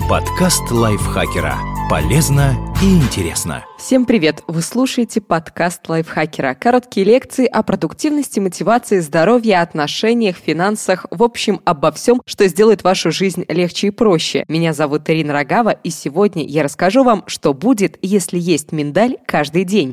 Подкаст лайфхакера. Полезно и интересно. Всем привет! Вы слушаете подкаст лайфхакера. Короткие лекции о продуктивности, мотивации, здоровье, отношениях, финансах. В общем, обо всем, что сделает вашу жизнь легче и проще. Меня зовут Ирина Рогава, и сегодня я расскажу вам, что будет, если есть миндаль каждый день.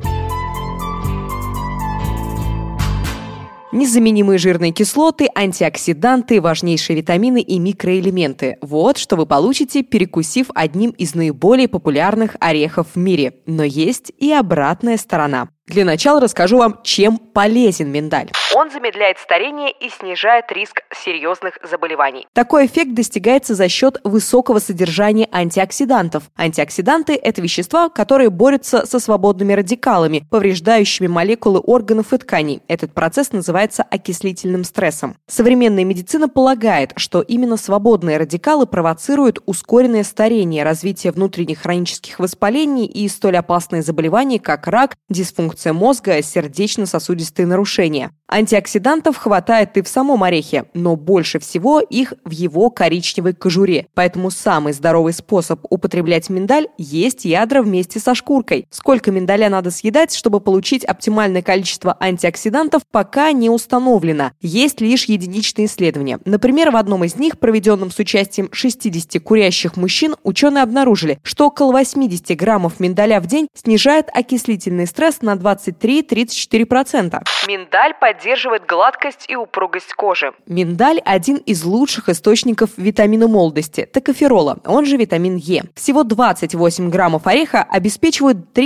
Незаменимые жирные кислоты, антиоксиданты, важнейшие витамины и микроэлементы. Вот что вы получите, перекусив одним из наиболее популярных орехов в мире. Но есть и обратная сторона. Для начала расскажу вам, чем полезен миндаль. Он замедляет старение и снижает риск серьезных заболеваний. Такой эффект достигается за счет высокого содержания антиоксидантов. Антиоксиданты – это вещества, которые борются со свободными радикалами, повреждающими молекулы органов и тканей. Этот процесс называется окислительным стрессом. Современная медицина полагает, что именно свободные радикалы провоцируют ускоренное старение, развитие внутренних хронических воспалений и столь опасные заболевания, как рак, дисфункция мозга, сердечно-сосудистые нарушения. Антиоксидантов хватает и в самом орехе, но больше всего их в его коричневой кожуре. Поэтому самый здоровый способ употреблять миндаль – есть ядра вместе со шкуркой. Сколько миндаля надо съедать, чтобы получить оптимальное количество антиоксидантов, пока не установлено. Есть лишь единичные исследования. Например, в одном из них, проведенном с участием 60 курящих мужчин, ученые обнаружили, что около 80 граммов миндаля в день снижает окислительный стресс на 23-34%. Миндаль поддерживает гладкость и упругость кожи. Миндаль – один из лучших источников витамина молодости – токоферола, он же витамин Е. Всего 28 граммов ореха обеспечивают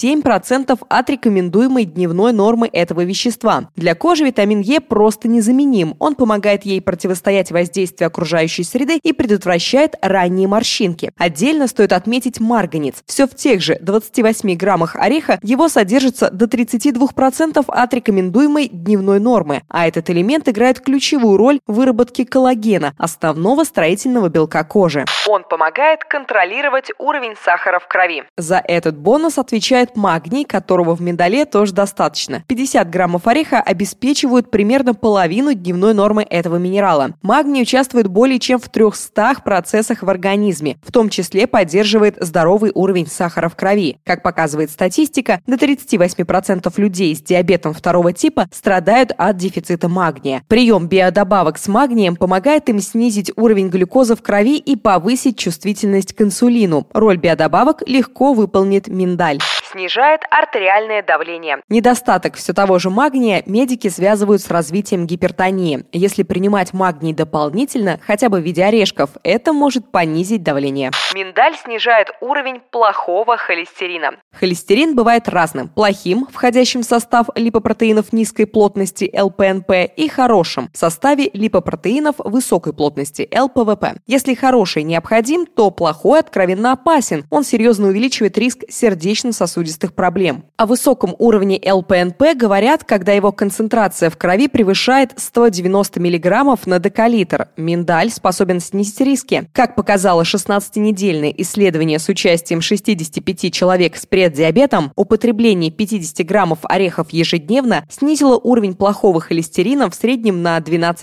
37% от рекомендуемой дневной нормы этого вещества. Для кожи витамин Е просто незаменим. Он помогает ей противостоять воздействию окружающей среды и предотвращает ранние морщинки. Отдельно стоит отметить марганец. Все в тех же 28 граммах ореха его содержится до 32% от рекомендуемой дневной нормы, а этот элемент играет ключевую роль в выработке коллагена, основного строительного белка кожи. Он помогает контролировать уровень сахара в крови. За этот бонус отвечает магний, которого в миндале тоже достаточно. 50 граммов ореха обеспечивают примерно половину дневной нормы этого минерала. Магний участвует более чем в 300 процессах в организме, в том числе поддерживает здоровый уровень сахара в крови. Как показывает статистика, до 38% людей с диабетом второго типа страдают от дефицита магния. Прием биодобавок с магнием помогает им снизить уровень глюкозы в крови и повысить чувствительность к инсулину. Роль биодобавок легко выполнит миндаль. Снижает артериальное давление. Недостаток все того же магния медики связывают с развитием гипертонии. Если принимать магний дополнительно, хотя бы в виде орешков, это может понизить давление. Миндаль снижает уровень плохого холестерина. Холестерин бывает разным: плохим, входящим в состав липопротеинов низкой плотности ЛПНП, и хорошим, в составе липопротеинов высокой плотности ЛПВП. Если хороший необходим, то плохой откровенно опасен. Он серьезно увеличивает риск сердечно-сосудистых проблем. О высоком уровне ЛПНП говорят, когда его концентрация в крови превышает 190 мг на декалитр. Миндаль способен снизить риски. Как показало 16-недельное исследование с участием 65 человек с преддиабетом, употребление 50 граммов орехов ежедневно снизило уровень плохого холестерина в среднем на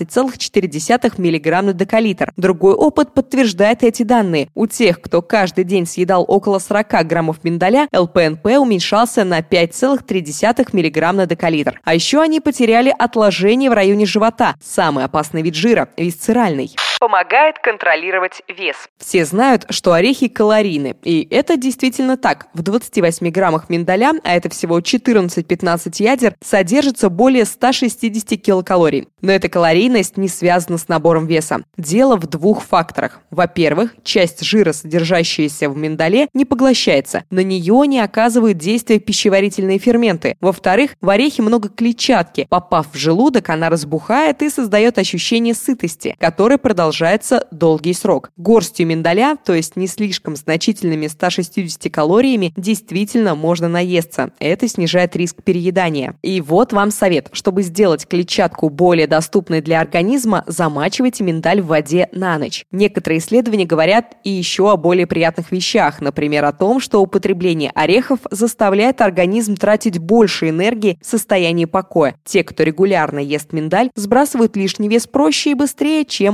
12,4 мг на декалитр. Другой опыт подтверждает эти данные. У тех, кто каждый день съедал около 40 граммов миндаля, ЛПНП уменьшался на 5,3 мг на декалитр. А еще они потеряли отложения в районе живота, самый опасный вид жира – висцеральный. Помогает контролировать вес. Все знают, что орехи калорийны, и это действительно так. В 28 граммах миндаля, а это всего 14-15 ядер, содержится более 160 килокалорий. Но эта калорийность не связана с набором веса. Дело в двух факторах. Во-первых, часть жира, содержащаяся в миндале, не поглощается. На нее не оказывают действия пищеварительные ферменты. Во-вторых, в орехе много клетчатки. Попав в желудок, она разбухает и создает ощущение сытости, которое продолжается долгий срок. Горстью миндаля, то есть не слишком значительными 160 калориями, действительно можно наесться. Это снижает риск переедания. И вот вам совет. Чтобы сделать клетчатку более доступной для организма, замачивайте миндаль в воде на ночь. Некоторые исследования говорят и еще о более приятных вещах, например, о том, что употребление орехов заставляет организм тратить больше энергии в состоянии покоя. Те, кто регулярно ест миндаль, сбрасывают лишний вес проще и быстрее, чем остальные.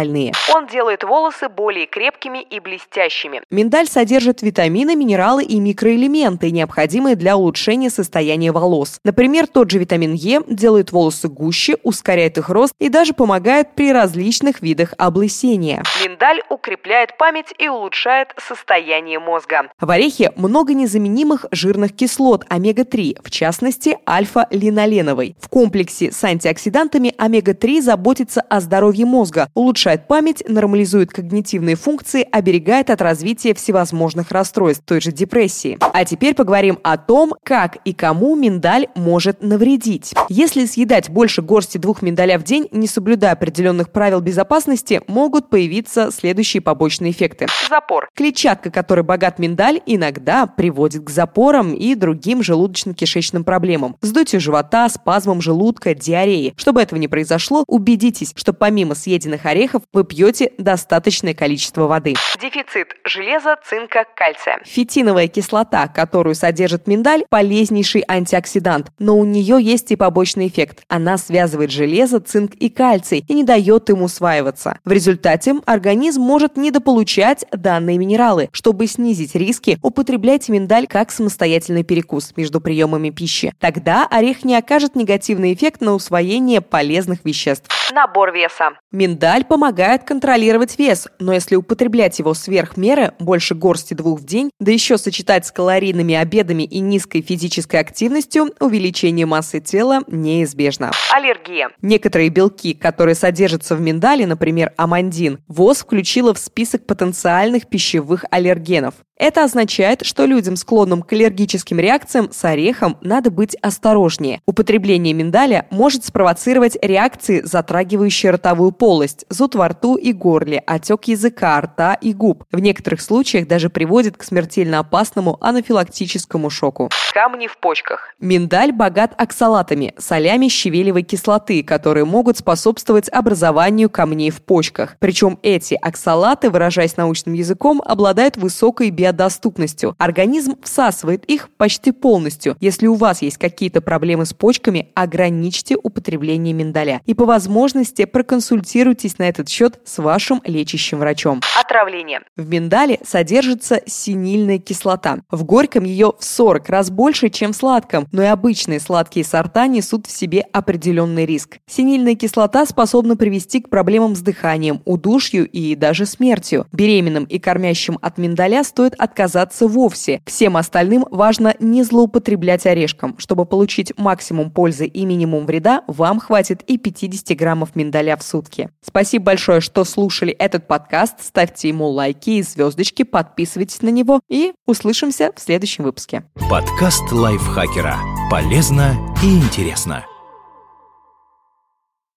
остальные. Он делает волосы более крепкими и блестящими. Миндаль содержит витамины, минералы и микроэлементы, необходимые для улучшения состояния волос. Например, тот же витамин Е делает волосы гуще, ускоряет их рост и даже помогает при различных видах облысения. Миндаль укрепляет память и улучшает состояние мозга. В орехе много незаменимых жирных кислот омега-3, в частности, альфа-линоленовой. В комплексе с антиоксидантами омега-3 заботится о здоровье мозга, улучшает память, нормализует когнитивные функции, оберегает от развития всевозможных расстройств, той же депрессии. А теперь поговорим о том, как и кому миндаль может навредить. Если съедать больше горсти 2 миндаля в день, не соблюдая определенных правил безопасности, могут появиться следующие побочные эффекты. Запор. Клетчатка, которой богат миндаль, иногда приводит к запорам и другим желудочно-кишечным проблемам, вздутию живота, спазмам желудка, диарее. Чтобы этого не произошло, убедитесь, что помимо съеденных орехов вы пьете достаточное количество воды. Дефицит железа, цинка, кальция. Фитиновая кислота, которую содержит миндаль, полезнейший антиоксидант, но у нее есть и побочный эффект. Она связывает железо, цинк и кальций и не дает им усваиваться. В результате организм может недополучать данные минералы. Чтобы снизить риски, употребляйте миндаль как самостоятельный перекус между приемами пищи. Тогда орех не окажет негативный эффект на усвоение полезных веществ. Набор веса. Миндаль помогает контролировать вес, но если употреблять его сверх меры, больше горсти 2 в день, да еще сочетать с калорийными обедами и низкой физической активностью, увеличение массы тела неизбежно. Аллергия. Некоторые белки, которые содержатся в миндале, например, амандин, ВОЗ включила в список потенциальных пищевых аллергенов. Это означает, что людям, склонным к аллергическим реакциям, с орехом надо быть осторожнее. Употребление миндаля может спровоцировать реакции, затрагивающие ротовую полость, зуд во рту и горле, отек языка, рта и губ. В некоторых случаях даже приводит к смертельно опасному анафилактическому шоку. Камни в почках. Миндаль богат оксалатами, солями щавелевой кислоты, которые могут способствовать образованию камней в почках. Причем эти оксалаты, выражаясь научным языком, обладают высокой биодоступностью. Организм всасывает их почти полностью. Если у вас есть какие-то проблемы с почками, ограничьте употребление миндаля. И по возможности проконсультируйтесь на этот счет с вашим лечащим врачом. Отравление. В миндале содержится синильная кислота. В горьком ее в 40 раз больше, чем в сладком, но и обычные сладкие сорта несут в себе определенный риск. Синильная кислота способна привести к проблемам с дыханием, удушью и даже смертью. Беременным и кормящим от миндаля стоит отказаться вовсе. Всем остальным важно не злоупотреблять орешком. Чтобы получить максимум пользы и минимум вреда, вам хватит и 50 граммов миндаля в сутки. Спасибо большое, что слушали этот подкаст. Ставьте ему лайки и звездочки, подписывайтесь на него и услышимся в следующем выпуске. Подкаст лайфхакера. Полезно и интересно.